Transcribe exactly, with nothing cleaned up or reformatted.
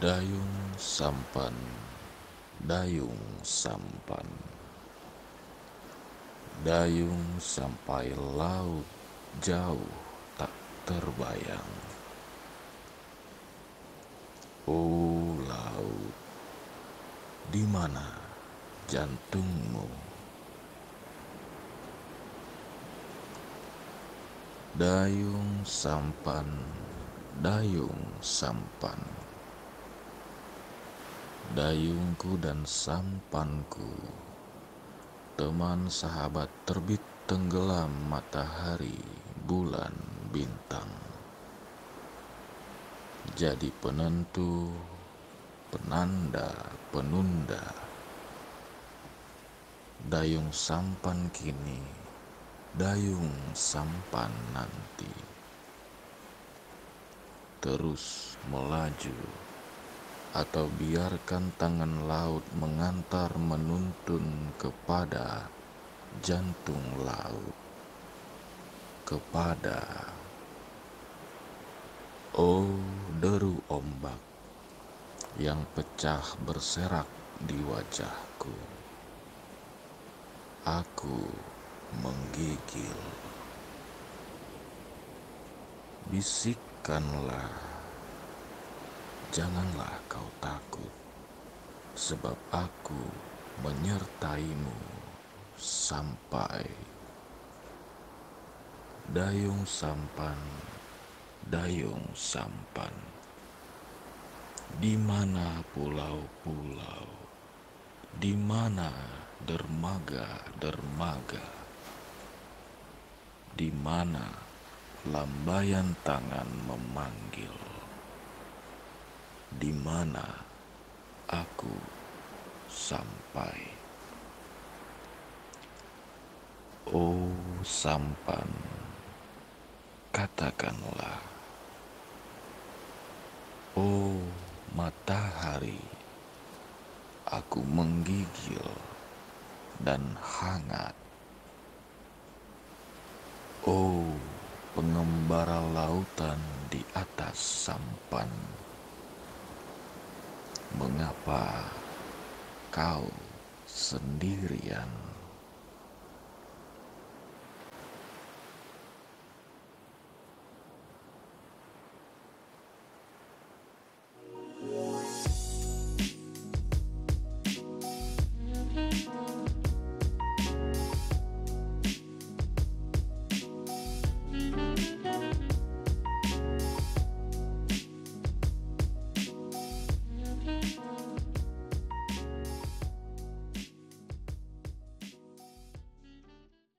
Dayung sampan, dayung sampan, dayung sampai laut jauh tak terbayang. Oh laut, di mana jantungmu? Dayung sampan, dayung sampan, dayungku dan sampanku, teman sahabat terbit tenggelam matahari, bulan, bintang. Jadi penentu, penanda, penunda. Dayung sampan kini, dayung sampan nanti. Terus melaju, atau biarkan tangan laut mengantar menuntun kepada jantung laut. Kepada, oh deru ombak yang pecah berserak di wajahku. Aku menggigil. Bisikkanlah, janganlah kau takut, sebab aku menyertaimu sampai. Dayung sampan, dayung sampan, di mana pulau-pulau, di mana dermaga-dermaga, di mana lambaian tangan memanggil, di mana aku sampai. Oh sampan, katakanlah. Oh matahari, aku menggigil dan hangat. Oh pengembara lautan di atas sampan, mengapa kau sendirian?